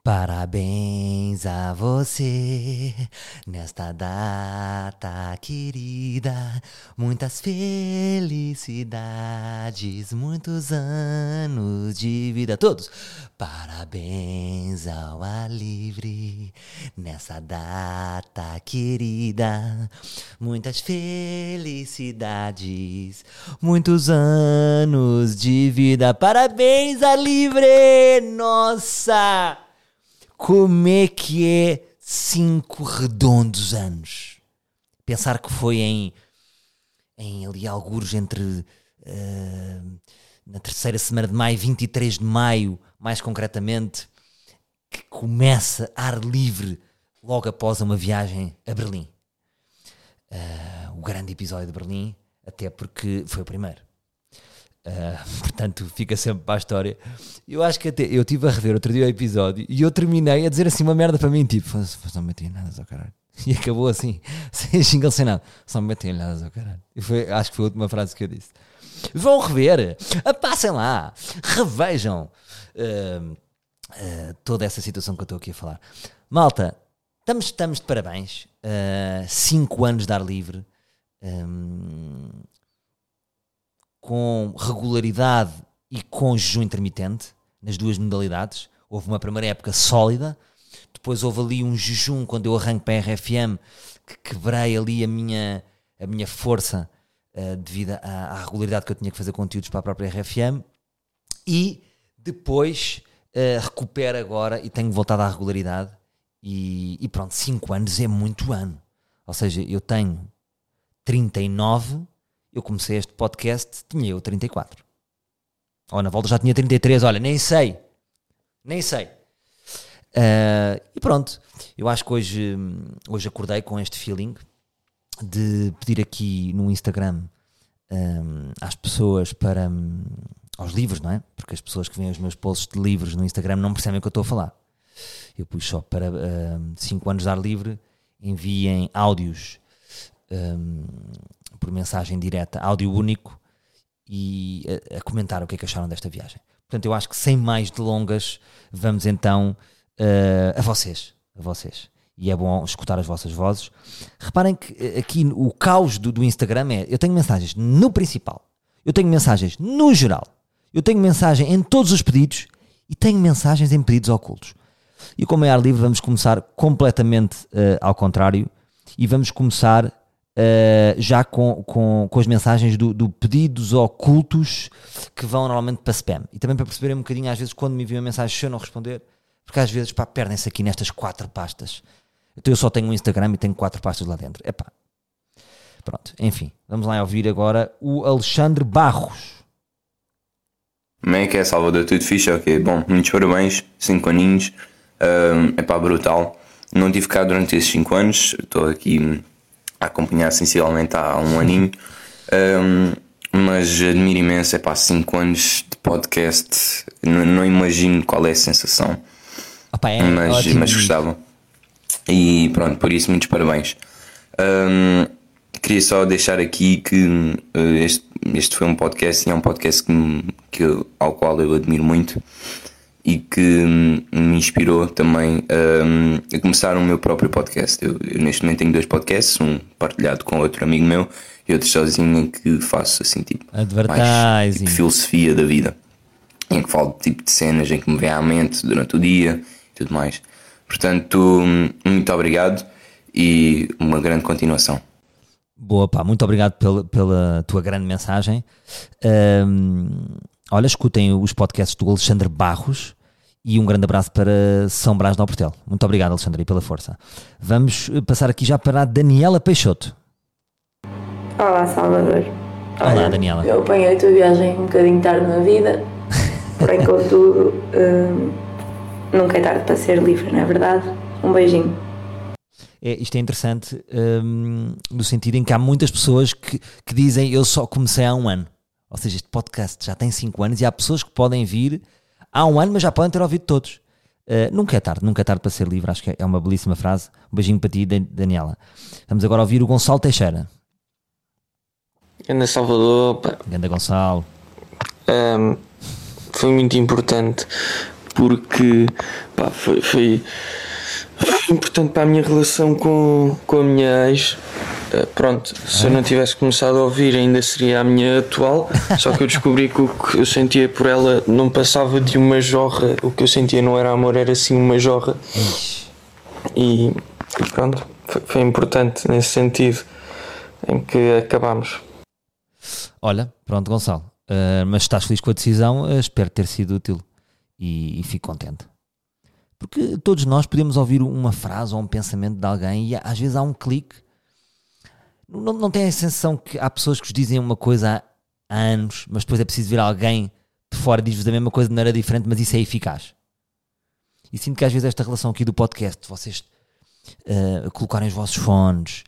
Parabéns a você nesta data querida, muitas felicidades, muitos anos de vida. Todos! Parabéns ao ar livre nessa data querida, muitas felicidades, muitos anos de vida. Parabéns, ar livre! Nossa! Como é que é 5 redondos anos? Pensar que foi em ali algures entre na terceira semana de maio, 23 de maio, mais concretamente, que começa ar livre logo após uma viagem a Berlim. O grande episódio de Berlim, até porque foi o primeiro. Portanto, fica sempre para a história. Eu acho que até eu estive a rever outro dia o episódio e eu terminei a dizer assim uma merda para mim, tipo, não me metem nada ao caralho. E acabou assim, sem jingle, sem nada. Só me metem nada ao caralho. E acho que foi a última frase que eu disse. Vão rever, passem lá, revejam toda essa situação que eu estou aqui a falar. Malta, estamos de parabéns. 5 anos de ar livre. Com regularidade e com jejum intermitente, nas duas modalidades. Houve uma primeira época sólida, depois houve ali um jejum quando eu arranco para a RFM, que quebrei ali a minha força devido à regularidade que eu tinha que fazer conteúdos para a própria RFM, e depois recupero agora e tenho voltado à regularidade, e pronto, 5 anos é muito ano. Ou seja, eu tenho 39. Eu comecei este podcast, tinha eu 34. Ou na volta já tinha 33, olha, nem sei. E pronto, eu acho que hoje acordei com este feeling de pedir aqui no Instagram às pessoas para... aos livros, não é? Porque as pessoas que veem os meus posts de livros no Instagram não percebem o que eu estou a falar. Eu pus só para 5 anos de ar livre, enviem áudios... por mensagem direta, áudio único, e a comentar o que é que acharam desta viagem. Portanto, eu acho que sem mais delongas, vamos então a vocês. E é bom escutar as vossas vozes. Reparem que aqui o caos do Instagram é, eu tenho mensagens no principal, eu tenho mensagens no geral, eu tenho mensagem em todos os pedidos e tenho mensagens em pedidos ocultos. E como é ar livre, vamos começar completamente ao contrário, e vamos começar já com as mensagens do pedidos ocultos, que vão normalmente para spam. E também para perceberem um bocadinho, às vezes, quando me enviam uma mensagem, se eu não responder, porque às vezes perdem-se aqui nestas 4 pastas. Então eu só tenho um Instagram e tenho 4 pastas lá dentro. Pronto, enfim, vamos lá ouvir agora o Alexandre Barros. Como é que é, Salvador? Tudo fixe? Ok, bom, muitos parabéns, 5 aninhos, brutal. Não tive cá durante esses 5 anos, estou aqui a acompanhar sensivelmente há um aninho, mas admiro imenso, 5 anos de podcast, não imagino qual é a sensação, mas gostava, e pronto, por isso muitos parabéns. Queria só deixar aqui que este foi um podcast, e é um podcast ao qual eu admiro muito, e que me inspirou também a começar o meu próprio podcast. Eu neste momento tenho 2 podcasts, um partilhado com outro amigo meu e outro sozinho, em que faço assim mais tipo filosofia da vida, em que falo tipo de cenas em que me vem à mente durante o dia e tudo mais. Portanto, muito obrigado e uma grande continuação. Boa, muito obrigado pela tua grande mensagem. Olha, escutem os podcasts do Alexandre Barros, e um grande abraço para São Brás de Alportel. Muito obrigado, Alexandre, pela força. Vamos passar aqui já para a Daniela Peixoto. Olá, Salvador. Olá, Daniela. Eu apanhei a tua viagem um bocadinho tarde na vida, porém, contudo, nunca é tarde para ser livre, não é verdade? Um beijinho. Isto é interessante, no sentido em que há muitas pessoas que dizem eu só comecei há um ano. Ou seja, este podcast já tem 5 anos e há pessoas que podem vir há um ano, mas já podem ter ouvido todos. Nunca é tarde para ser livre. Acho que é uma belíssima frase. Um beijinho para ti, Daniela. Vamos agora ouvir o Gonçalo Teixeira. Ganda Salvador, Ganda Gonçalo. Foi muito importante porque pá, foi importante para a minha relação com a minha ex. Pronto, se eu não tivesse começado a ouvir ainda seria a minha atual, só que eu descobri que o que eu sentia por ela não passava de uma jorra, o que eu sentia não era amor, era sim uma jorra. E pronto, foi importante nesse sentido em que acabámos. Olha, pronto, Gonçalo, mas estás feliz com a decisão, espero ter sido útil e fico contente. Porque todos nós podemos ouvir uma frase ou um pensamento de alguém e às vezes há um clique. Não tem a sensação que há pessoas que vos dizem uma coisa há anos, mas depois é preciso ver alguém de fora diz-vos a mesma coisa de maneira diferente, mas isso é eficaz. E sinto que às vezes esta relação aqui do podcast, vocês colocarem os vossos fones,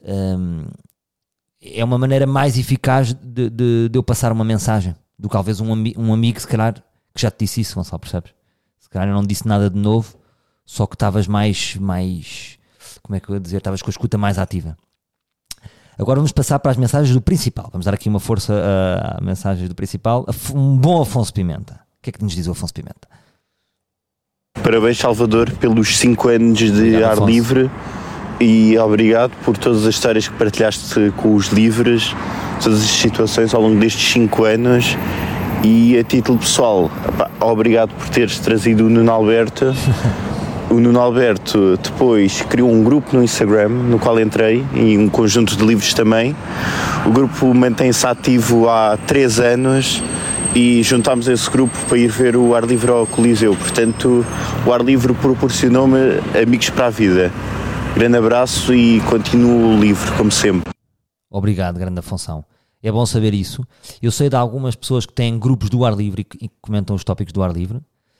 é uma maneira mais eficaz de eu passar uma mensagem do que talvez um amigo, se calhar, que já te disse isso, Gonçalo, percebes? Se calhar eu não disse nada de novo, só que estavas mais, como é que eu ia dizer, estavas com a escuta mais ativa. Agora vamos passar para as mensagens do principal. Vamos dar aqui uma força a mensagens do principal. Um bom Afonso Pimenta. O que é que nos diz o Afonso Pimenta? Parabéns, Salvador, pelos 5 anos de obrigado, ar Afonso. livre, e obrigado por todas as histórias que partilhaste com os livres, todas as situações ao longo destes 5 anos. E a título pessoal, obrigado por teres trazido o Nuno Alberto. O Nuno Alberto depois criou um grupo no Instagram, no qual entrei, e um conjunto de livros também. O grupo mantém-se ativo há 3 anos e juntámos esse grupo para ir ver o Ar Livre ao Coliseu. Portanto, o Ar Livre proporcionou-me amigos para a vida. Grande abraço e continuo livre, como sempre. Obrigado, grande Afonso. É bom saber isso. Eu sei de algumas pessoas que têm grupos do Ar Livre e que comentam os tópicos do Ar Livre.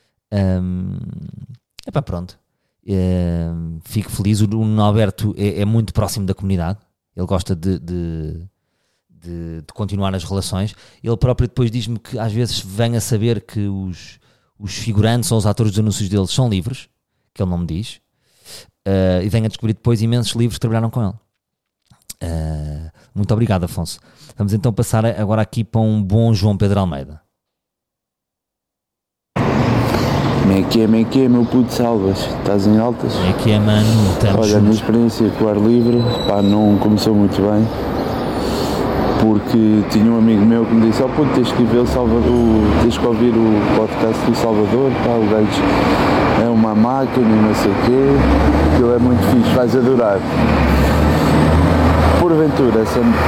Pronto. Fico feliz. O Nuno Alberto é muito próximo da comunidade. Ele gosta de continuar as relações. Ele próprio depois diz-me que às vezes vem a saber que os figurantes ou os atores dos anúncios deles são livres, que ele não me diz, e vem a descobrir depois imensos livros que trabalharam com ele. Muito obrigado, Afonso. Vamos então passar agora aqui para um bom João Pedro Almeida. Como é que é, meu puto Salvas? Estás em altas? Como é que é, mano? Olha, a minha experiência com o Ar Livre, não começou muito bem, porque tinha um amigo meu que me disse: puto, tens que ver o Salvador, tens que ouvir o podcast do Salvador, o gajo é uma máquina e não sei o quê, aquilo é muito fixe, vais adorar. Porventura,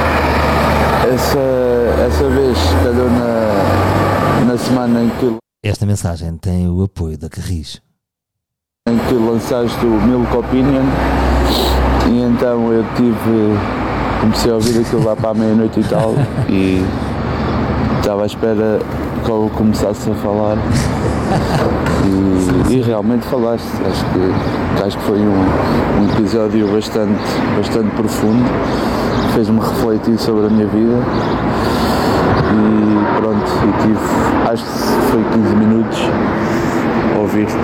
essa vez calhou na semana em que esta mensagem tem o apoio da Carris. Em que lançaste o Milk Opinion, e então eu comecei a ouvir aquilo lá para a meia-noite e tal, e estava à espera que eu começasse a falar, e realmente falaste. Acho que foi um episódio bastante profundo, fez-me refletir sobre a minha vida. E pronto, acho que foi 15 minutos a ouvir-te.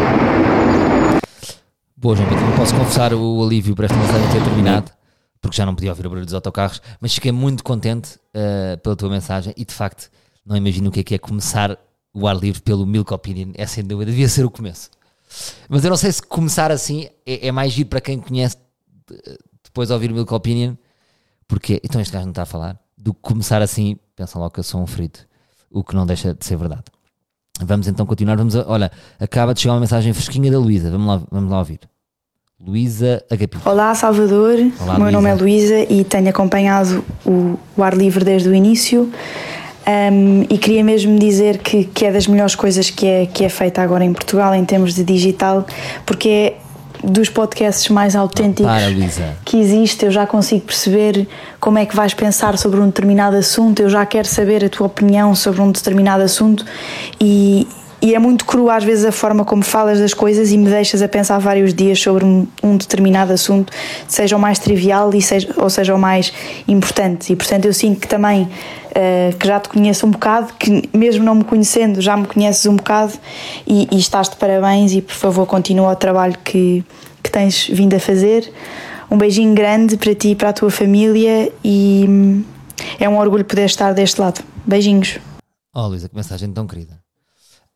Boa, João Pedro, não posso confessar o alívio por esta mensagem ter terminado, porque já não podia ouvir o barulho dos autocarros, mas fiquei muito contente pela tua mensagem e de facto não imagino o que é começar o Ar Livre pelo Milk Opinion. É sem dúvida, devia ser o começo. Mas eu não sei se começar assim é mais giro para quem conhece depois de ouvir o Milk Opinion, porque então este gajo não está a falar, do que começar assim, pensam logo que eu sou um frito, o que não deixa de ser verdade. Vamos então continuar. Olha, acaba de chegar uma mensagem fresquinha da Luísa, vamos lá ouvir. Luísa HP. Olá, Salvador. Olá, meu nome é Luísa e tenho acompanhado o Ar Livre desde o início, e queria mesmo dizer que é das melhores coisas que é feita agora em Portugal em termos de digital, porque é dos podcasts mais autênticos que existe. Eu já consigo perceber como é que vais pensar sobre um determinado assunto, eu já quero saber a tua opinião sobre um determinado assunto, e é muito cru às vezes a forma como falas das coisas e me deixas a pensar vários dias sobre um determinado assunto, seja o mais trivial ou seja o mais importante. E portanto eu sinto que também que já te conheço um bocado, que mesmo não me conhecendo já me conheces um bocado, e estás de parabéns, e por favor continua o trabalho que tens vindo a fazer. Um beijinho grande para ti e para a tua família, e é um orgulho poder estar deste lado. Beijinhos. Oh, Luísa, que mensagem tão querida.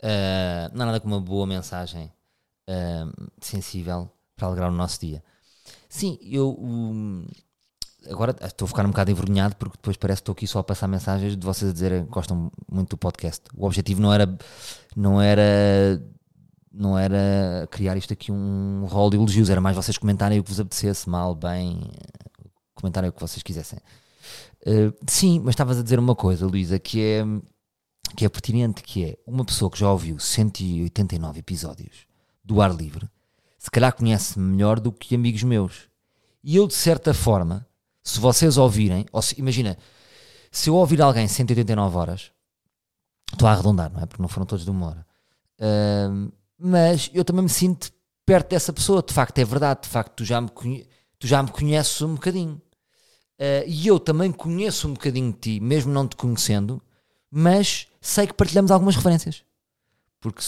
Não há nada como uma boa mensagem sensível para alegrar o nosso dia. Sim, eu agora estou a ficar um bocado envergonhado porque depois parece que estou aqui só a passar mensagens de vocês a dizerem que gostam muito do podcast. O objetivo não era criar isto aqui um rol de elogios, era mais vocês comentarem o que vos apetecesse, mal, bem, comentarem o que vocês quisessem. Sim, mas estavas a dizer uma coisa, Luísa, que é pertinente, que é uma pessoa que já ouviu 189 episódios do Ar Livre, se calhar conhece melhor do que amigos meus. E eu, de certa forma, se vocês ouvirem, imagina, se eu ouvir alguém 189 horas, estou a arredondar, não é? Porque não foram todos de uma hora. Mas eu também me sinto perto dessa pessoa. De facto, é verdade. De facto, tu já me conheces um bocadinho. E eu também conheço um bocadinho de ti, mesmo não te conhecendo, mas sei que partilhamos algumas referências. Porque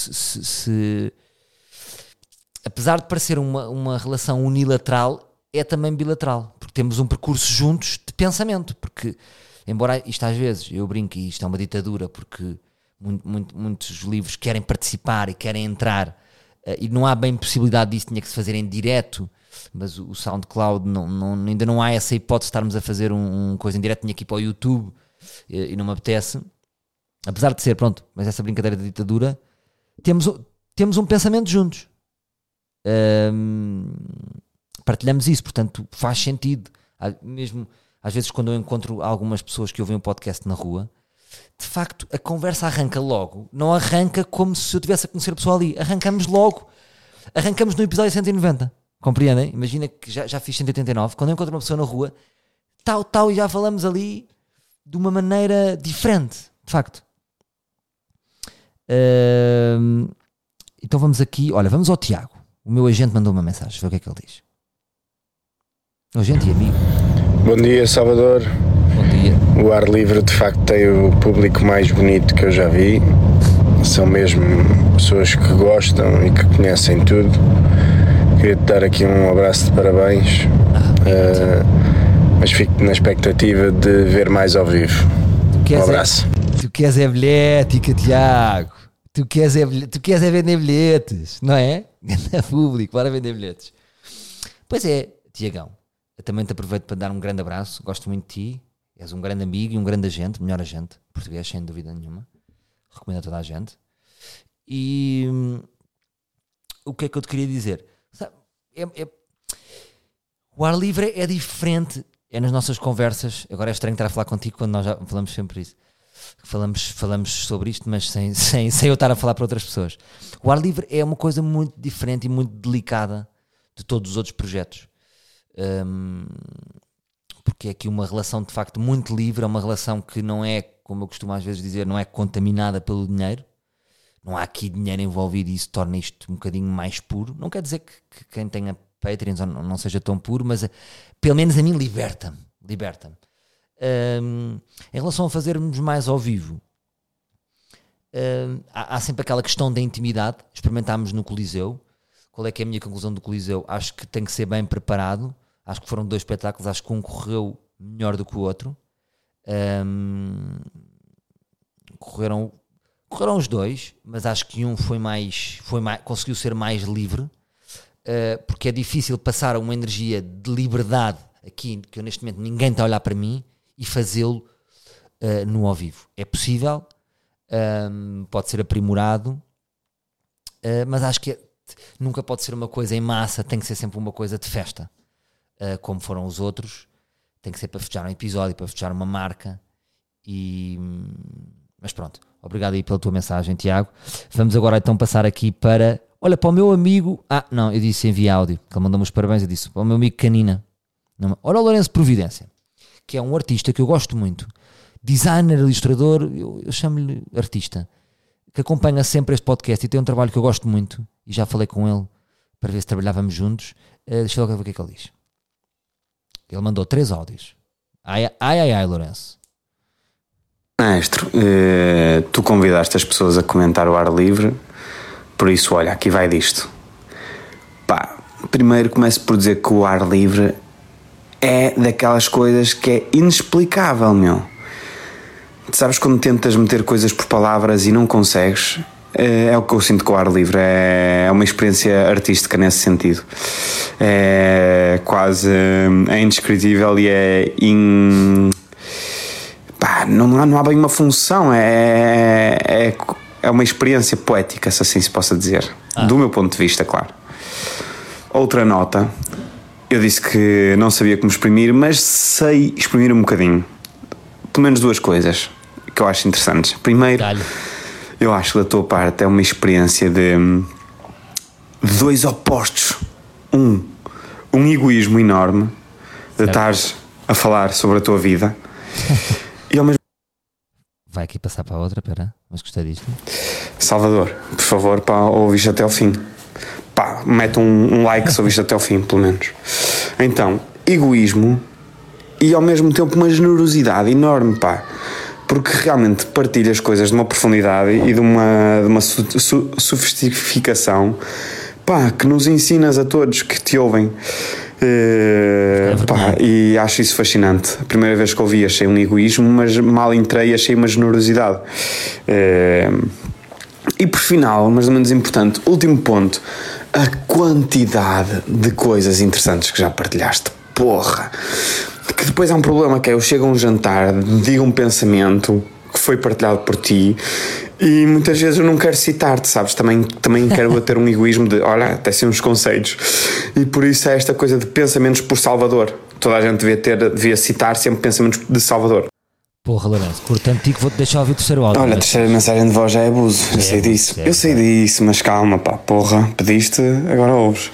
apesar de parecer uma relação unilateral, é também bilateral, porque temos um percurso juntos de pensamento, porque embora isto às vezes, eu brinco, e isto é uma ditadura, porque muitos livros querem participar e querem entrar, e não há bem possibilidade disso, tinha que se fazer em direto, mas o SoundCloud ainda não há essa hipótese de estarmos a fazer uma coisa em direto, tinha que ir para o YouTube, e não me apetece, apesar de ser, pronto, mas essa brincadeira de ditadura, temos um pensamento juntos. Partilhamos isso, portanto faz sentido. Mesmo às vezes quando eu encontro algumas pessoas que ouvem o podcast na rua, de facto a conversa arranca logo, não arranca como se eu estivesse a conhecer a pessoa ali, arrancamos no episódio 190, compreendem? Imagina que já fiz 189, quando eu encontro uma pessoa na rua, tal, e já falamos ali de uma maneira diferente, de facto. Então vamos aqui, olha, vamos ao Tiago. O meu agente mandou uma mensagem, vê o que é que ele diz. Agente e amigo. Bom dia, Salvador. Bom dia. O Ar Livre de facto tem o público mais bonito que eu já vi. São mesmo pessoas que gostam e que conhecem tudo. Queria-te dar aqui um abraço de parabéns. Mas fico na expectativa de ver mais ao vivo. Um abraço. Tu queres é bilhética, Tiago. Tu queres é vender bilhetes, não é? Ganda público, bora vender bilhetes. Pois é, Tiagão, eu também te aproveito para dar um grande abraço, gosto muito de ti, és um grande amigo e um grande agente, melhor agente português, sem dúvida nenhuma, recomendo a toda a gente. E o que é que eu te queria dizer? Sabe, o Ar Livre é diferente, é nas nossas conversas, agora é estranho estar a falar contigo quando nós já falamos sempre isso. Falamos sobre isto, mas sem eu estar a falar para outras pessoas. O Ar Livre é uma coisa muito diferente e muito delicada de todos os outros projetos, porque é aqui uma relação de facto muito livre, é uma relação que não é, como eu costumo às vezes dizer, não é contaminada pelo dinheiro, não há aqui dinheiro envolvido e isso torna isto um bocadinho mais puro. Não quer dizer que quem tenha Patreons não seja tão puro, mas pelo menos a mim liberta-me. Em relação a fazermos mais ao vivo, há sempre aquela questão da intimidade. Experimentámos no Coliseu. Qual é que é a minha conclusão do Coliseu? Acho que tem que ser bem preparado. Acho que foram 2 espetáculos, acho que um correu melhor do que o outro. Correram os 2, mas acho que um conseguiu ser mais livre, porque é difícil passar uma energia de liberdade aqui, que eu neste momento ninguém está a olhar para mim, e fazê-lo no ao vivo. É possível, pode ser aprimorado, mas acho que nunca pode ser uma coisa em massa, tem que ser sempre uma coisa de festa, como foram os outros. Tem que ser para fechar um episódio, para fechar uma marca. Mas pronto, obrigado aí pela tua mensagem, Tiago. Vamos agora então passar aqui para o meu amigo, eu disse envia áudio, que ele mandou-me os parabéns. Eu disse para o meu amigo Canina. Ora, o Lourenço Providência, que é um artista que eu gosto muito, designer, ilustrador, eu chamo-lhe artista, que acompanha sempre este podcast e tem um trabalho que eu gosto muito, e já falei com ele para ver se trabalhávamos juntos. Deixa eu ver o que é que ele diz. Ele mandou 3 áudios. Ai, Lourenço. Maestro, tu convidaste as pessoas a comentar o Ar Livre, por isso, olha, aqui vai disto. Primeiro começo por dizer que o Ar Livre é daquelas coisas que é inexplicável, meu. Sabes quando tentas meter coisas por palavras e não consegues? É o que eu sinto com o ar livre, é uma experiência artística nesse sentido. É quase é indescritível e não há bem uma função, é uma experiência poética, se assim se possa dizer, do meu ponto de vista, claro. Outra nota, eu disse que não sabia como exprimir, mas sei exprimir um bocadinho. Pelo menos duas coisas que eu acho interessantes. Primeiro, eu acho que da tua parte é uma experiência de dois opostos. Um egoísmo enorme de estares a falar sobre a tua vida e ao mesmo. Vai aqui passar para a outra, pera, mas gostei disto. Salvador, por favor, pá, ouviste até ao fim. Pá, mete um like se ouviste até ao fim, pelo menos. Então, egoísmo e ao mesmo tempo uma generosidade enorme, pá. Porque realmente partilhas coisas de uma profundidade e de uma sofisticação, pá, que nos ensinas a todos que te ouvem. E acho isso fascinante. A primeira vez que ouvi achei um egoísmo, mas mal entrei achei uma generosidade. E por final, mas não menos importante, último ponto, a quantidade de coisas interessantes que já partilhaste. Porra! Que depois há um problema que é, eu chego a um jantar, digo um pensamento que foi partilhado por ti e muitas vezes eu não quero citar-te, sabes? Também quero ter um egoísmo de, olha, até ser uns conceitos. E por isso é esta coisa de pensamentos por Salvador. Toda a gente devia citar sempre pensamentos de Salvador. Porra, Lourenço, portanto, Tico, vou-te deixar ouvir o terceiro áudio. Olha, a terceira mensagem de voz já é abuso, eu sei disso. Eu sei disso, mas calma, pá, porra, pediste, agora ouves.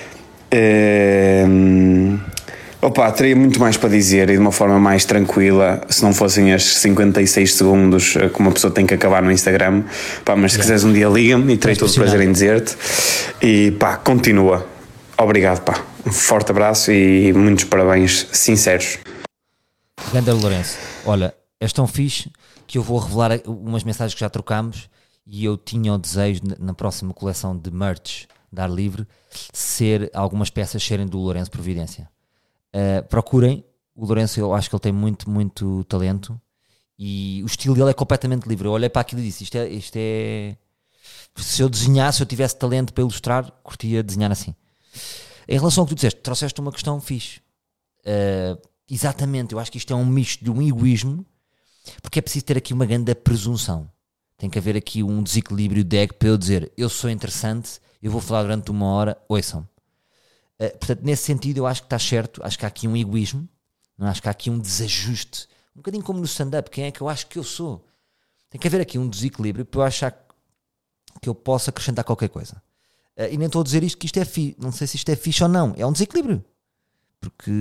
Opa, teria muito mais para dizer e de uma forma mais tranquila se não fossem estes 56 segundos que uma pessoa tem que acabar no Instagram. Pá, mas se quiseres um dia liga-me e terei todo o prazer em dizer-te. E pá, continua. Obrigado, pá. Um forte abraço e muitos parabéns sinceros. Ganda Lourenço, olha, és tão fixe que eu vou revelar umas mensagens que já trocámos e eu tinha o desejo na próxima coleção de merch da Ar Livre ser algumas peças serem do Lourenço Providência. Procurem o Lourenço, eu acho que ele tem muito talento e o estilo dele é completamente livre. Eu olhei para aquilo e disse, isto é se eu desenhasse, se eu tivesse talento para ilustrar, curtia desenhar assim. Em relação ao que tu disseste, trouxeste uma questão fixe. Exatamente, eu acho que isto é um misto de um egoísmo, porque é preciso ter aqui uma grande presunção. Tem que haver aqui um desequilíbrio de ego para eu dizer, eu sou interessante, eu vou falar durante 1 hora, ouçam-me. Portanto, nesse sentido eu acho que está certo, acho que há aqui um egoísmo, não acho que há aqui um desajuste, um bocadinho como no stand-up, quem é que eu acho que eu sou? Tem que haver aqui um desequilíbrio para eu achar que eu possa acrescentar qualquer coisa. E nem estou a dizer isto que isto é fixe, não sei se isto é fixe ou não, é um desequilíbrio. Porque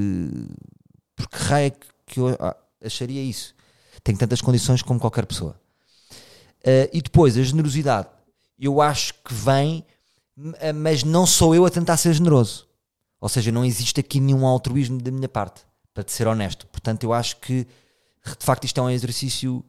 raio que eu acharia isso. Tem tantas condições como qualquer pessoa. E depois, a generosidade, eu acho que vem... mas não sou eu a tentar ser generoso, ou seja, não existe aqui nenhum altruísmo da minha parte, para te ser honesto. Portanto, eu acho que de facto isto é um exercício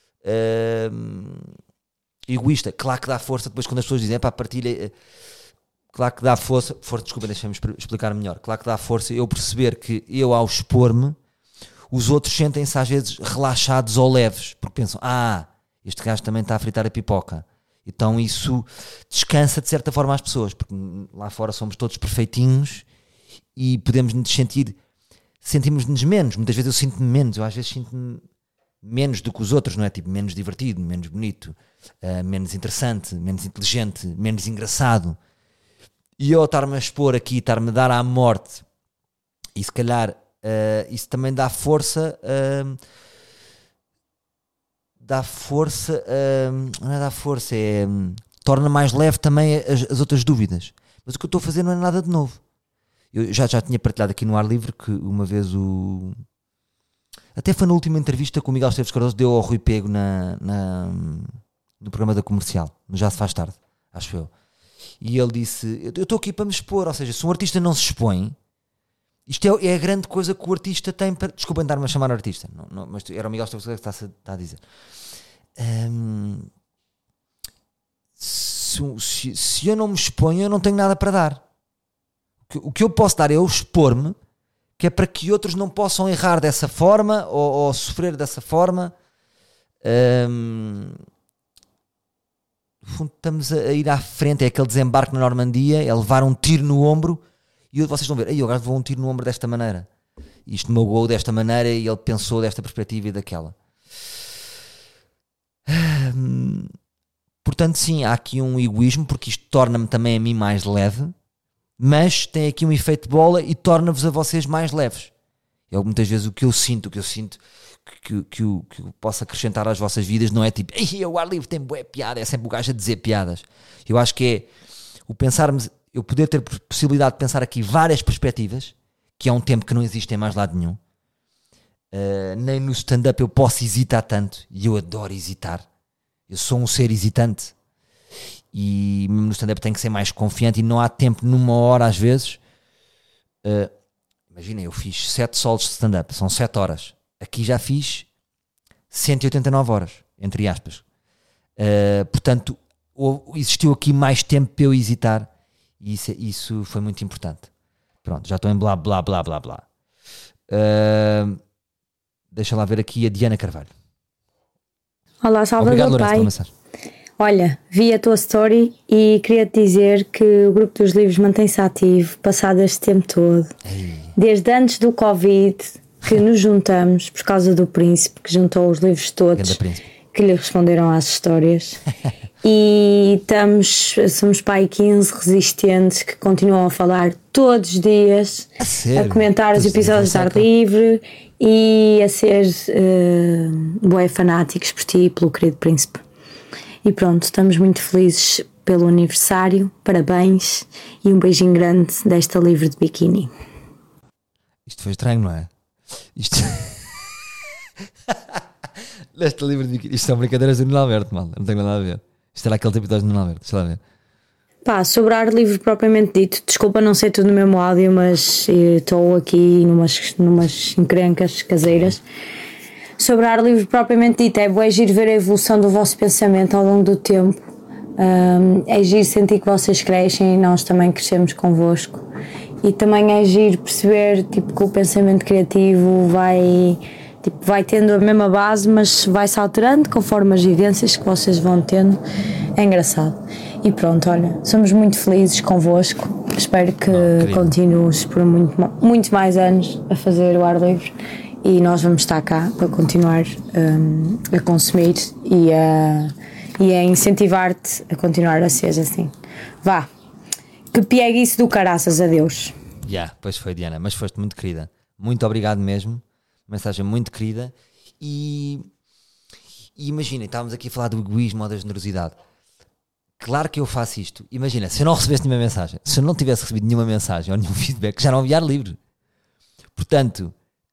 egoísta. Claro que dá força depois quando as pessoas dizem, pá, partilha, claro que dá força, desculpa, deixa-me explicar melhor. Claro que dá força eu perceber que eu, ao expor-me, os outros sentem-se às vezes relaxados ou leves, porque pensam, este gajo também está a fritar a pipoca. Então isso descansa de certa forma as pessoas, porque lá fora somos todos perfeitinhos e podemos nos sentimos-nos menos. Muitas vezes eu sinto-me menos, eu às vezes sinto-me menos do que os outros, não é? Tipo, menos divertido, menos bonito, menos interessante, menos inteligente, menos engraçado. E eu estar-me a expor aqui, estar-me a dar à morte, e se calhar isso também dá força... torna mais leve também as outras dúvidas. Mas o que eu estou a fazer não é nada de novo. Eu já tinha partilhado aqui no Ar Livre que uma vez até foi na última entrevista que o Miguel Esteves Cardoso deu ao Rui Pego no programa da Comercial, no Já Se Faz Tarde, acho eu. E ele disse, eu estou aqui para me expor, ou seja, se um artista não se expõe, isto é a grande coisa que o artista tem para... Desculpem dar-me a chamar artista, não, mas era o Miguel Esteves que está a dizer. Se eu não me exponho, eu não tenho nada para dar. O que eu posso dar é eu expor-me, que é para que outros não possam errar dessa forma ou sofrer dessa forma. no fundo estamos a ir à frente, é aquele desembarque na Normandia, é levar um tiro no ombro e vocês vão ver, eu agora vou um tiro no ombro desta maneira, isto magoou desta maneira e ele pensou desta perspectiva e daquela. Portanto sim, há aqui um egoísmo, porque isto torna-me também a mim mais leve, mas tem aqui um efeito de bola e torna-vos a vocês mais leves. É muitas vezes o que eu sinto que eu posso acrescentar às vossas vidas, não é tipo, o ar livre tem bué piada, é sempre o gajo a dizer piadas. Eu acho que é o pensarmos, eu poder ter possibilidade de pensar aqui várias perspectivas, que é um tempo que não existe em mais lado nenhum. Nem no stand-up eu posso hesitar tanto, e eu adoro hesitar. Eu sou um ser hesitante, e no stand-up tenho que ser mais confiante, e não há tempo numa hora às vezes. Imaginem, eu fiz 7 solos de stand-up, são 7 horas. Aqui já fiz 189 horas, entre aspas. Portanto, existiu aqui mais tempo para eu hesitar, e isso foi muito importante. Pronto, já estou em blá blá blá blá blá. Deixa lá ver aqui a Diana Carvalho. Olá, Salvador. Obrigado, Lourenço, pai. pela mensagem. Olha, vi a tua story e queria-te dizer que o Grupo dos Livros mantém-se ativo passado este tempo todo. Desde antes do Covid, que nos juntamos por causa do Príncipe, que juntou os livros todos que lhe responderam às histórias. E somos pai 15 resistentes que continuam a falar todos os dias, a comentar os episódios de Ar Livre e a ser bué fanáticos por ti e pelo querido Príncipe. E pronto, estamos muito felizes pelo aniversário, parabéns e um beijinho grande desta livre de biquíni. Isto foi estranho, não é? Desta livre de biquíni. Isto são brincadeiras do Nuno Alberto, mal. Não tenho nada a ver. Isto era aquele episódio do Nuno Alberto, deixa lá ver. Pá, sobre Ar Livre propriamente dito, desculpa não ser tudo no mesmo áudio, mas estou aqui numas encrencas caseiras. Sobre Ar Livre propriamente dito, é bué giro ver a evolução do vosso pensamento ao longo do tempo. É giro sentir que vocês crescem e nós também crescemos convosco. E também é giro perceber tipo, que o pensamento criativo vai tendo a mesma base, mas vai-se alterando conforme as vivências que vocês vão tendo. É engraçado. E pronto, olha, somos muito felizes convosco. Espero que continues por muito mais anos a fazer o Ar Livre. E nós vamos estar cá para continuar a consumir e a incentivar-te a continuar a ser assim. Vá, que pieguice do caraças, adeus. Pois foi, Diana, mas foste muito querida. Muito obrigado mesmo. Mensagem muito querida. E imaginem, estávamos aqui a falar do egoísmo ou da generosidade. Claro que eu faço isto. Imagina, se eu não recebesse nenhuma mensagem, se eu não tivesse recebido nenhuma mensagem ou nenhum feedback, já não havia Ar Livre. Portanto,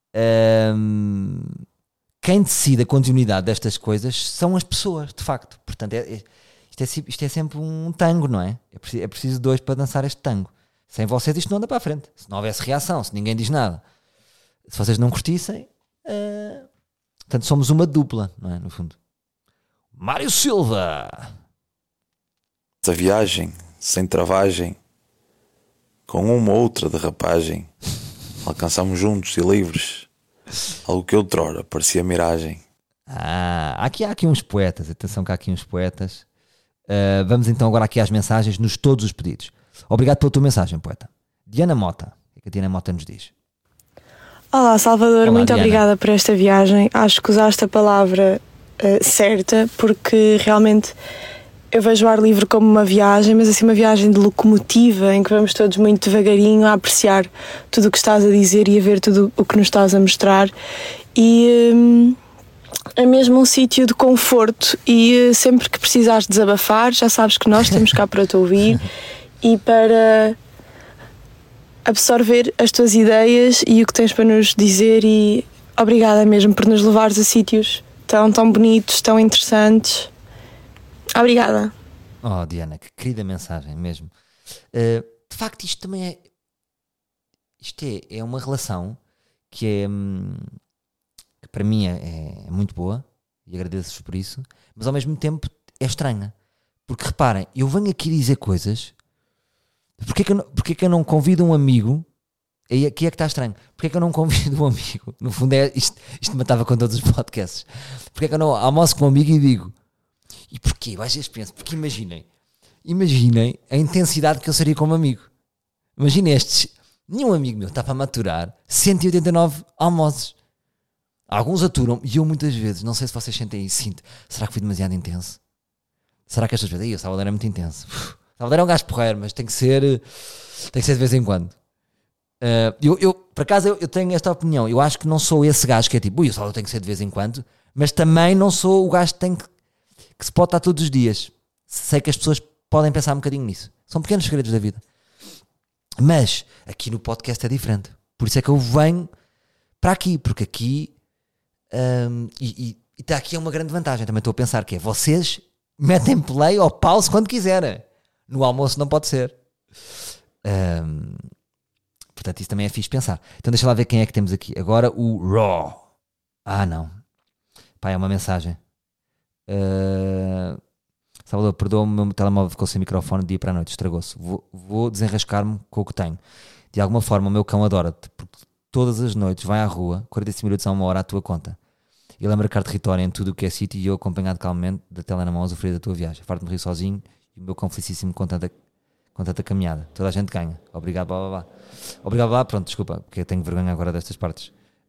quem decide a continuidade destas coisas são as pessoas, de facto. Portanto, isto é sempre um tango, não é? É preciso 2 para dançar este tango. Sem vocês isto não anda para a frente. Se não houvesse reação, se ninguém diz nada, se vocês não curtissem, portanto somos uma dupla, não é? No fundo. Mário Silva. Essa viagem, sem travagem, com uma ou outra derrapagem, alcançamos juntos e livres algo que outrora parecia miragem. Há aqui uns poetas, atenção que há aqui uns poetas. Vamos então agora aqui às mensagens nos todos os pedidos. Obrigado pela tua mensagem, poeta. Diana Mota, o que a Diana Mota nos diz? Olá, Salvador, Olá, muito Diana. obrigada por esta viagem. Acho que usaste a palavra certa, porque realmente eu vejo o Ar Livre como uma viagem, mas assim uma viagem de locomotiva, em que vamos todos muito devagarinho a apreciar tudo o que estás a dizer e a ver tudo o que nos estás a mostrar. E é mesmo um sítio de conforto, e sempre que precisares desabafar, já sabes que nós estamos cá para te ouvir e para absorver as tuas ideias e o que tens para nos dizer. E obrigada mesmo por nos levares a sítios tão bonitos, tão interessantes. Obrigada. Oh, Diana, que querida mensagem mesmo. De facto, isto também é uma relação que que para mim é muito boa, e agradeço-vos por isso, mas ao mesmo tempo é estranha, porque reparem, eu venho aqui dizer coisas. Porquê que eu não convido um amigo? Aí aqui é que está estranho. Porquê que eu não convido um amigo? No fundo isto matava com todos os podcasts. Porquê que eu não almoço com um amigo e digo: E porquê? Eu às vezes penso, porque imaginem a intensidade que eu seria como amigo. Imaginem nenhum amigo meu está para maturar 189 almoços. Alguns aturam, e eu muitas vezes, não sei se vocês sentem isso, sinto, será que fui demasiado intenso? Será que estas vezes, o Salvador é muito intenso. O Salvador é um gajo porreiro, mas tem que ser de vez em quando. Por acaso, eu tenho esta opinião. Eu acho que não sou esse gajo que é tipo, o Salvador tem que ser de vez em quando, mas também não sou o gajo que se pode estar todos os dias. Sei que as pessoas podem pensar um bocadinho nisso. São pequenos segredos da vida. Mas, aqui no podcast é diferente. Por isso é que eu venho para aqui, porque aqui e está aqui uma grande vantagem. Também estou a pensar que é, vocês metem play ou pause quando quiserem. No almoço não pode ser. Portanto, isso também é fixe pensar. Então deixa lá ver quem é que temos aqui. Agora o Raw. Não. Pá, é uma mensagem. Salvador, perdoa-me, o meu telemóvel ficou sem microfone de dia para a noite, estragou-se. Vou desenrascar-me com o que tenho. De alguma forma o meu cão adora-te, porque todas as noites vai à rua, 45 minutos a 1 hora à tua conta. Ele é marcar território em tudo o que é sítio e eu acompanhado calmamente da tela na mão a sofrer da tua viagem. Farto-me rir sozinho e o meu cão felicíssimo com tanta caminhada. Toda a gente ganha. Obrigado, blá blá blá. Obrigado, blá, pronto, desculpa, porque eu tenho vergonha agora destas partes.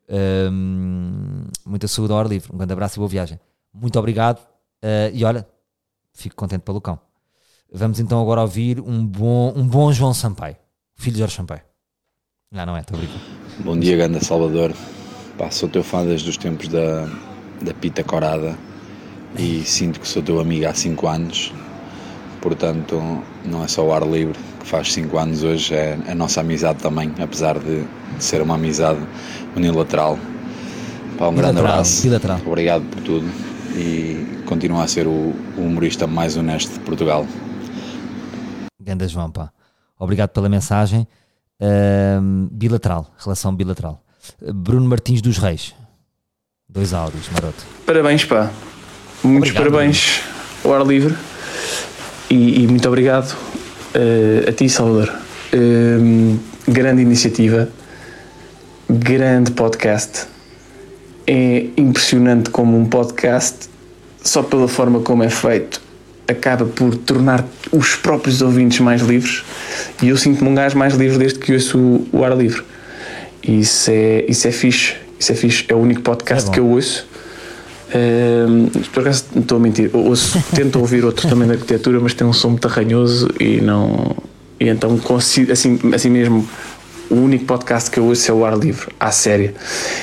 Muita saúde ao ar livre. Um grande abraço e boa viagem. Muito obrigado. E olha, fico contente pelo cão. Vamos então agora ouvir um bom João Sampaio, filho de Jorge Sampaio. Não é, estou a brincar. Bom dia, ganda Salvador. Sou teu fã desde os tempos da Pita Corada e sinto que sou teu amigo há 5 anos. Portanto, não é só o ar livre que faz 5 anos hoje, é a nossa amizade também, apesar de ser uma amizade unilateral. Um grande abraço. Bilateral. Obrigado por tudo e continua a ser o humorista mais honesto de Portugal. Ganda João, pá. Obrigado pela mensagem. Bilateral, relação bilateral. Bruno Martins dos Reis. 2 áudios, maroto. Parabéns, pá. Muitos obrigado, parabéns ao ar livre. E muito obrigado a ti, Salvador. Grande iniciativa, grande podcast. É impressionante como um podcast, só pela forma como é feito, acaba por tornar os próprios ouvintes mais livres. E eu sinto-me um gajo mais livre desde que ouço o ar livre. E isso é fixe. Isso é fixe. É o único podcast que eu ouço. Por acaso não estou a mentir, tento ouvir outro também da arquitetura, mas tem um som muito arranhoso e então consigo, assim mesmo, o único podcast que eu ouço é o ar livre, à séria.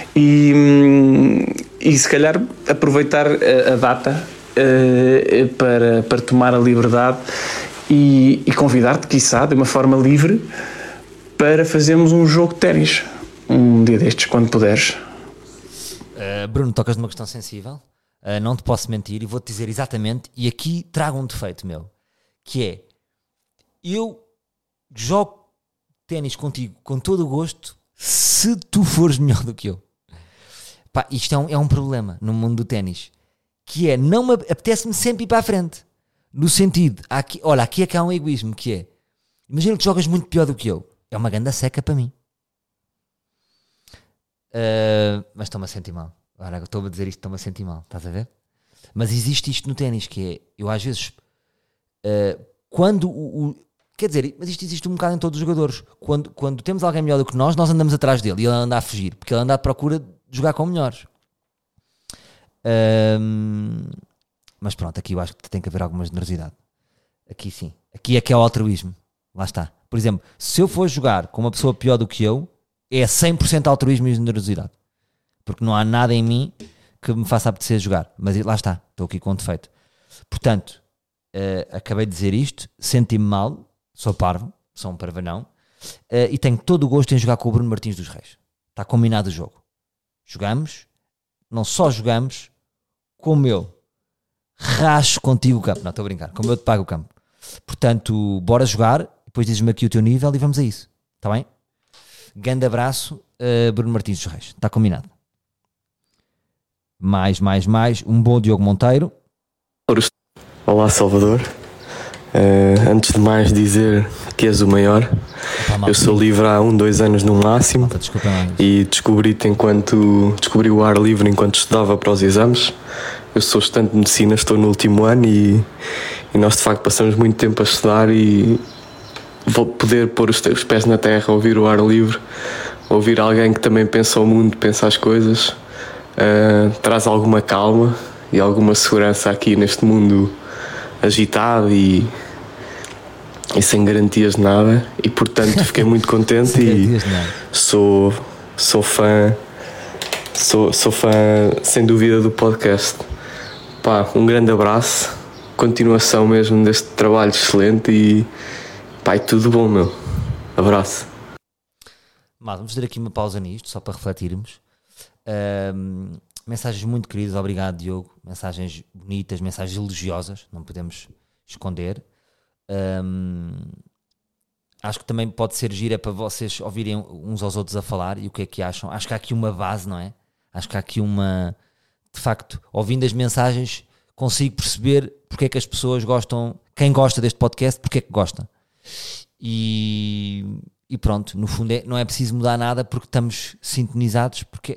E se calhar aproveitar a data para tomar a liberdade e convidar-te, quiçá, de uma forma livre, para fazermos um jogo de ténis um dia destes, quando puderes. Bruno, tocas numa questão sensível, não te posso mentir e vou-te dizer exatamente, e aqui trago um defeito meu, que é, eu jogo ténis contigo com todo o gosto se tu fores melhor do que eu. Pá, isto é um problema no mundo do ténis, que é, apetece-me sempre ir para a frente, no sentido, aqui é que há um egoísmo, que é, imagina que jogas muito pior do que eu, é uma ganda seca para mim. Mas estou-me a sentir mal. Agora estou a dizer isto, estou-me a sentir mal, estás a ver? Mas existe isto no ténis, que é, eu às vezes quando quer dizer, mas isto existe um bocado em todos os jogadores, quando temos alguém melhor do que nós andamos atrás dele e ele anda a fugir, porque ele anda à procura de jogar com melhores. Mas pronto, aqui eu acho que tem que haver alguma generosidade. Aqui sim, aqui é que é o altruísmo. Lá está. Por exemplo, se eu for jogar com uma pessoa pior do que eu, é 100% altruísmo e generosidade, porque não há nada em mim que me faça apetecer jogar, mas lá está, estou aqui com um defeito. Portanto, acabei de dizer isto, senti-me mal, sou parvo, sou um parvanão, e tenho todo o gosto em jogar com o Bruno Martins dos Reis. Está combinado o jogo. Jogamos, não só jogamos, como eu racho contigo o campo. Não, estou a brincar, como eu te pago o campo. Portanto, bora jogar, depois dizes-me aqui o teu nível e vamos a isso, está bem? Grande abraço, Bruno Martins dos Reis. Está combinado. Mais. Um bom Diogo Monteiro. Olá, Salvador. Antes de mais dizer que és o maior. Eu sou livre há 2 anos no máximo. E descobri o ar livre enquanto estudava para os exames. Eu sou estudante de medicina, estou no último ano e nós de facto passamos muito tempo a estudar e vou poder pôr os pés na terra, ouvir o ar livre, ouvir alguém que também pensa o mundo, pensa as coisas, traz alguma calma e alguma segurança aqui neste mundo agitado e sem garantias de nada, e portanto fiquei muito contente e sou fã sem dúvida do podcast. Pá, um grande abraço, continuação mesmo deste trabalho excelente e pá, tudo bom, meu. Abraço. Mas vamos fazer aqui uma pausa nisto, só para refletirmos. Mensagens muito queridas, obrigado Diogo, mensagens bonitas, mensagens elogiosas, não podemos esconder. Acho que também pode ser gira para vocês ouvirem uns aos outros a falar e o que é que acham. Acho que há aqui uma base, não é? Acho que há aqui uma... De facto, ouvindo as mensagens, consigo perceber porque é que as pessoas gostam, quem gosta deste podcast, porque é que gosta. E pronto, no fundo não é preciso mudar nada porque estamos sintonizados, porque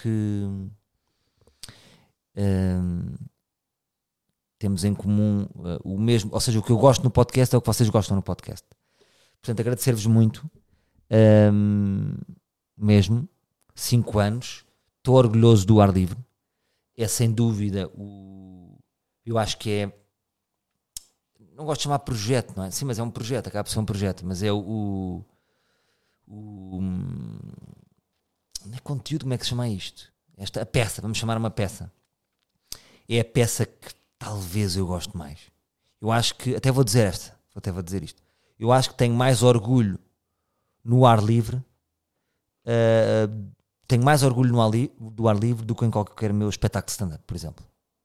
temos em comum o mesmo, ou seja, o que eu gosto no podcast é o que vocês gostam no podcast. Portanto, agradecer-vos muito, mesmo, 5 anos, estou orgulhoso do Ar Livre, é sem dúvida eu acho que é, não gosto de chamar projeto, não é? Sim, mas é um projeto, acaba por ser um projeto, mas é não é conteúdo, como é que se chama isto? A peça, vamos chamar uma peça. É a peça que talvez eu goste mais. Eu acho que, até vou dizer isto, eu acho que tenho mais orgulho no Ar Livre, tenho mais orgulho do Ar Livre do que em qualquer meu espetáculo de stand-up, por exemplo.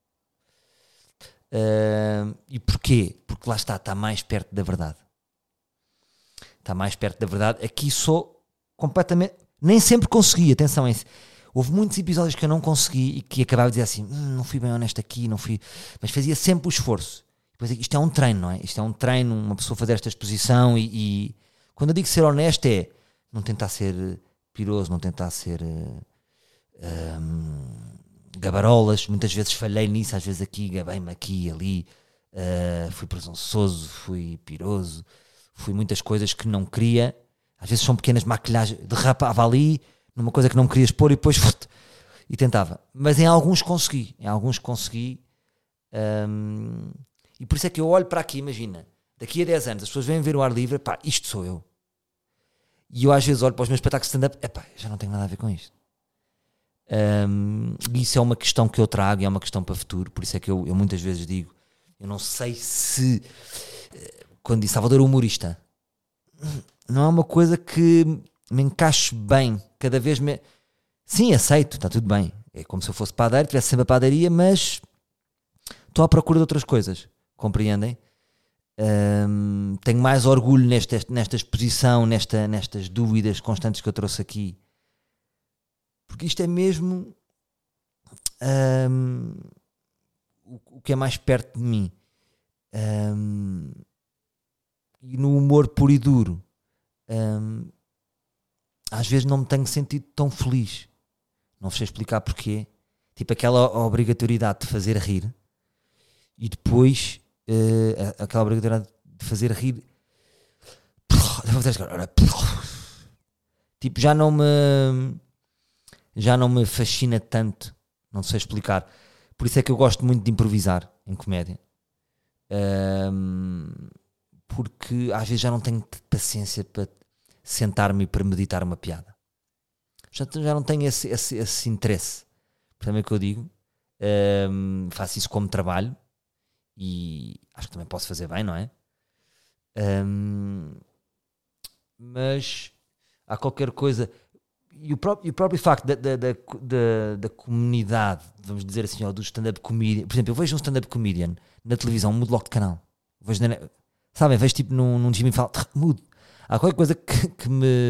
E porquê? Porque lá está mais perto da verdade. Está mais perto da verdade. Aqui sou completamente... Nem sempre consegui, atenção a isso. Houve muitos episódios que eu não consegui e que acabava de dizer assim, não fui bem honesto aqui, não fui... Mas fazia sempre o esforço. Depois, isto é um treino, não é? Isto é um treino, uma pessoa fazer esta exposição e quando eu digo ser honesto é não tentar ser piroso, não tentar ser gabarolas. Muitas vezes falhei nisso, às vezes aqui, gabei-me aqui e ali, fui presunçoso, fui piroso, fui muitas coisas que não queria. Às vezes são pequenas maquilhagens, derrapava ali numa coisa que não me querias pôr e depois e tentava. Mas em alguns consegui, e por isso é que eu olho para aqui, imagina, daqui a 10 anos as pessoas vêm ver o Ar Livre, pá, isto sou eu. E eu às vezes olho para os meus espetáculos de stand-up, pá, já não tenho nada a ver com isto. Isso é uma questão que eu trago e é uma questão para o futuro, por isso é que eu muitas vezes digo, eu não sei se, quando disse Salvador humorista, não é uma coisa que me encaixe bem, cada vez sim, aceito, está tudo bem, é como se eu fosse padeiro, tivesse sempre a padaria, mas estou à procura de outras coisas, compreendem? Tenho mais orgulho nesta exposição, nestas dúvidas constantes que eu trouxe aqui, porque isto é mesmo o que é mais perto de mim, e no humor puro e duro, às vezes não me tenho sentido tão feliz, não sei explicar porquê, tipo aquela obrigatoriedade de fazer rir e depois aquela obrigatoriedade de fazer rir, tipo já não me fascina tanto, não sei explicar. Por isso é que eu gosto muito de improvisar em comédia, porque às vezes já não tenho paciência para sentar-me e para meditar uma piada, já não tenho esse interesse. Portanto, é o que eu digo, faço isso como trabalho e acho que também posso fazer bem, não é? Mas há qualquer coisa, e o próprio facto da comunidade, vamos dizer assim, ou do stand-up comedian. Por exemplo, eu vejo um stand-up comedian na televisão, mudo logo de canal, vejo tipo num Jimmy Fallon, mudo. Há qualquer coisa que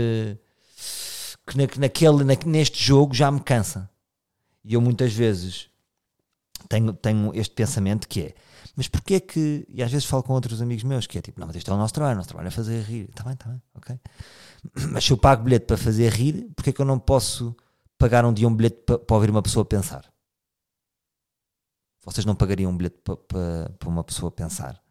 neste jogo já me cansa, e eu muitas vezes tenho este pensamento que é, mas porquê que, e às vezes falo com outros amigos meus, que é tipo, não, mas este é o nosso trabalho é fazer rir, está bem, ok, mas se eu pago bilhete para fazer rir, porquê é que eu não posso pagar um dia um bilhete para ouvir uma pessoa pensar? vocês não pagariam um bilhete para uma pessoa pensar.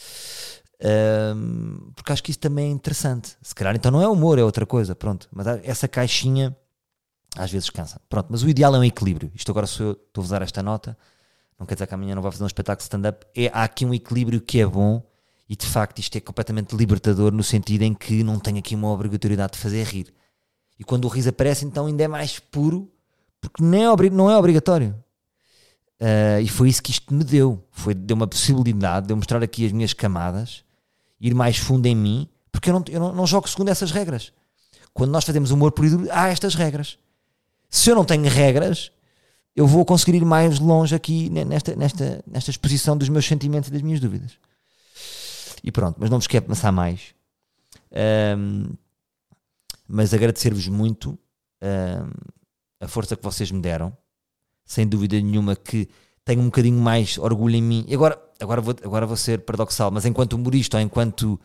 Porque acho que isso também é interessante. Se calhar então não é humor, é outra coisa, pronto. Mas essa caixinha às vezes cansa. Pronto, mas o ideal é um equilíbrio. Isto agora sou eu, estou a usar esta nota, não quer dizer que amanhã não vai fazer um espetáculo de stand-up. Há aqui um equilíbrio que é bom e de facto isto é completamente libertador no sentido em que não tenho aqui uma obrigatoriedade de fazer rir. E quando o riso aparece então ainda é mais puro, porque não é obrigatório. E foi isso que isto me deu. Deu uma possibilidade de eu mostrar aqui as minhas camadas, ir mais fundo em mim, porque eu não jogo segundo essas regras. Quando nós fazemos humor puro e duro, há estas regras. Se eu não tenho regras, eu vou conseguir ir mais longe aqui nesta exposição dos meus sentimentos e das minhas dúvidas. E pronto, mas não vos quero pensar mais. Mas agradecer-vos muito a força que vocês me deram. Sem dúvida nenhuma que tenho um bocadinho mais orgulho em mim. E agora vou ser paradoxal, mas enquanto humorista ou enquanto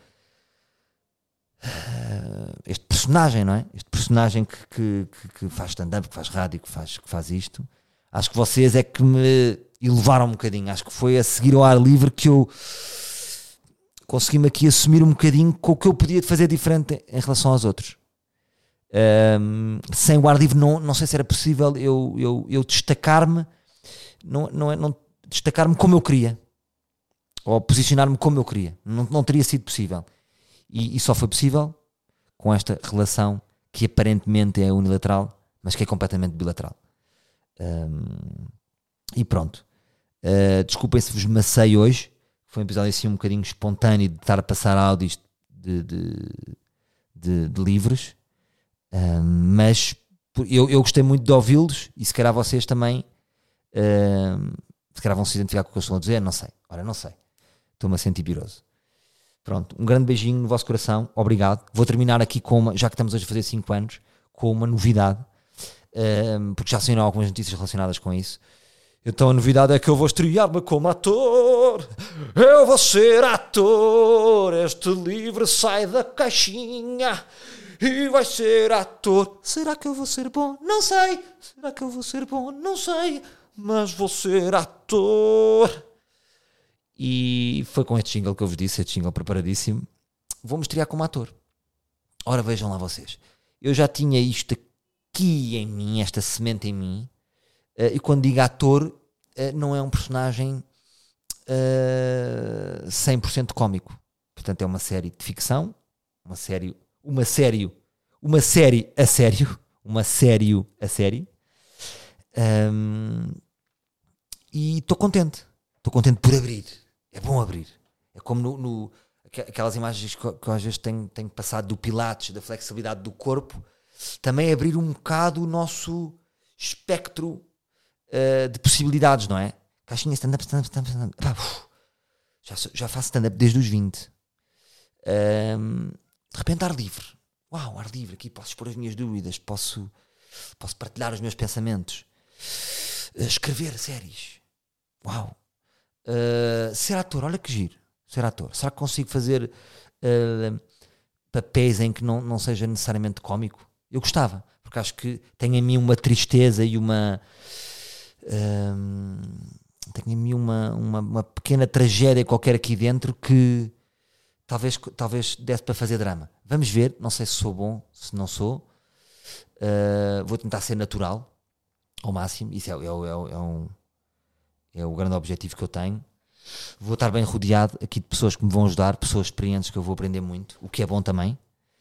este personagem, não é? Este personagem que faz stand-up, que faz rádio, que faz isto, acho que vocês é que me elevaram um bocadinho. Acho que foi a seguir ao ar livre que eu consegui-me aqui assumir um bocadinho com o que eu podia fazer diferente em relação aos outros. Sem o ar livre não sei se era possível eu destacar-me, não destacar-me como eu queria, ou posicionar-me como eu queria. Não teria sido possível, e só foi possível com esta relação que aparentemente é unilateral, mas que é completamente bilateral. E pronto, desculpem se vos macei hoje. Foi um episódio assim um bocadinho espontâneo de estar a passar áudios de livros. Mas eu gostei muito de ouvi-los, e se calhar vocês também se calhar vão se identificar com o que eu estou a dizer, não sei, estou-me a sentir piroso. Pronto, um grande beijinho no vosso coração, obrigado. Vou terminar aqui já que estamos hoje a fazer 5 anos, com uma novidade, porque já saíram algumas notícias relacionadas com isso. Então a novidade é que eu vou estrear-me como ator. Eu vou ser ator. Este livro sai da caixinha e vai ser ator. Será que eu vou ser bom? Não sei. Será que eu vou ser bom? Não sei. Mas vou ser ator. E foi com este jingle que eu vos disse, este jingle preparadíssimo. Vou-me estrear como ator. Ora, vejam lá vocês. Eu já tinha isto aqui em mim, esta semente em mim. E quando digo ator, não é um personagem 100% cómico. Portanto, é uma série de ficção, uma série a sério. E estou contente por abrir. É bom abrir. É como aquelas imagens que eu às vezes tenho passado do Pilates, da flexibilidade do corpo, também abrir um bocado o nosso espectro de possibilidades, não é? Caixinha, stand-up. Já faço stand-up desde os 20. De repente, ar livre. Uau, ar livre. Aqui posso expor as minhas dúvidas, posso partilhar os meus pensamentos, escrever séries. Uau. Ser ator, olha que giro. Ser ator. Será que consigo fazer papéis em que não seja necessariamente cómico? Eu gostava, porque acho que tem em mim uma tristeza e tenho em mim uma pequena tragédia qualquer aqui dentro que talvez desse para fazer drama. Vamos ver, não sei se sou bom, se não sou. Vou tentar ser natural ao máximo. Isso é o grande objetivo que eu tenho. Vou estar bem rodeado aqui de pessoas que me vão ajudar, pessoas experientes que eu vou aprender muito, o que é bom também.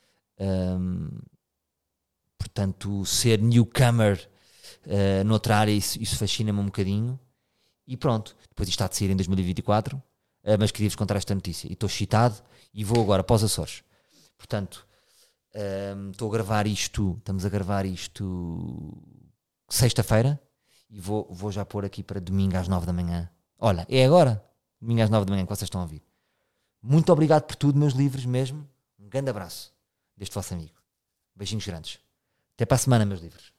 Portanto, ser newcomer noutra área, isso fascina-me um bocadinho. E pronto, depois isto está de sair em 2024, mas queria-vos contar esta notícia. E estou excitado e vou agora para os Açores. Portanto, estamos a gravar isto sexta-feira, e vou já pôr aqui para domingo às 9 da manhã. Olha, é agora, domingo às 9 da manhã que vocês estão a ouvir. Muito obrigado por tudo, meus livros mesmo. Um grande abraço deste vosso amigo. Beijinhos grandes. Até para a semana, meus livros.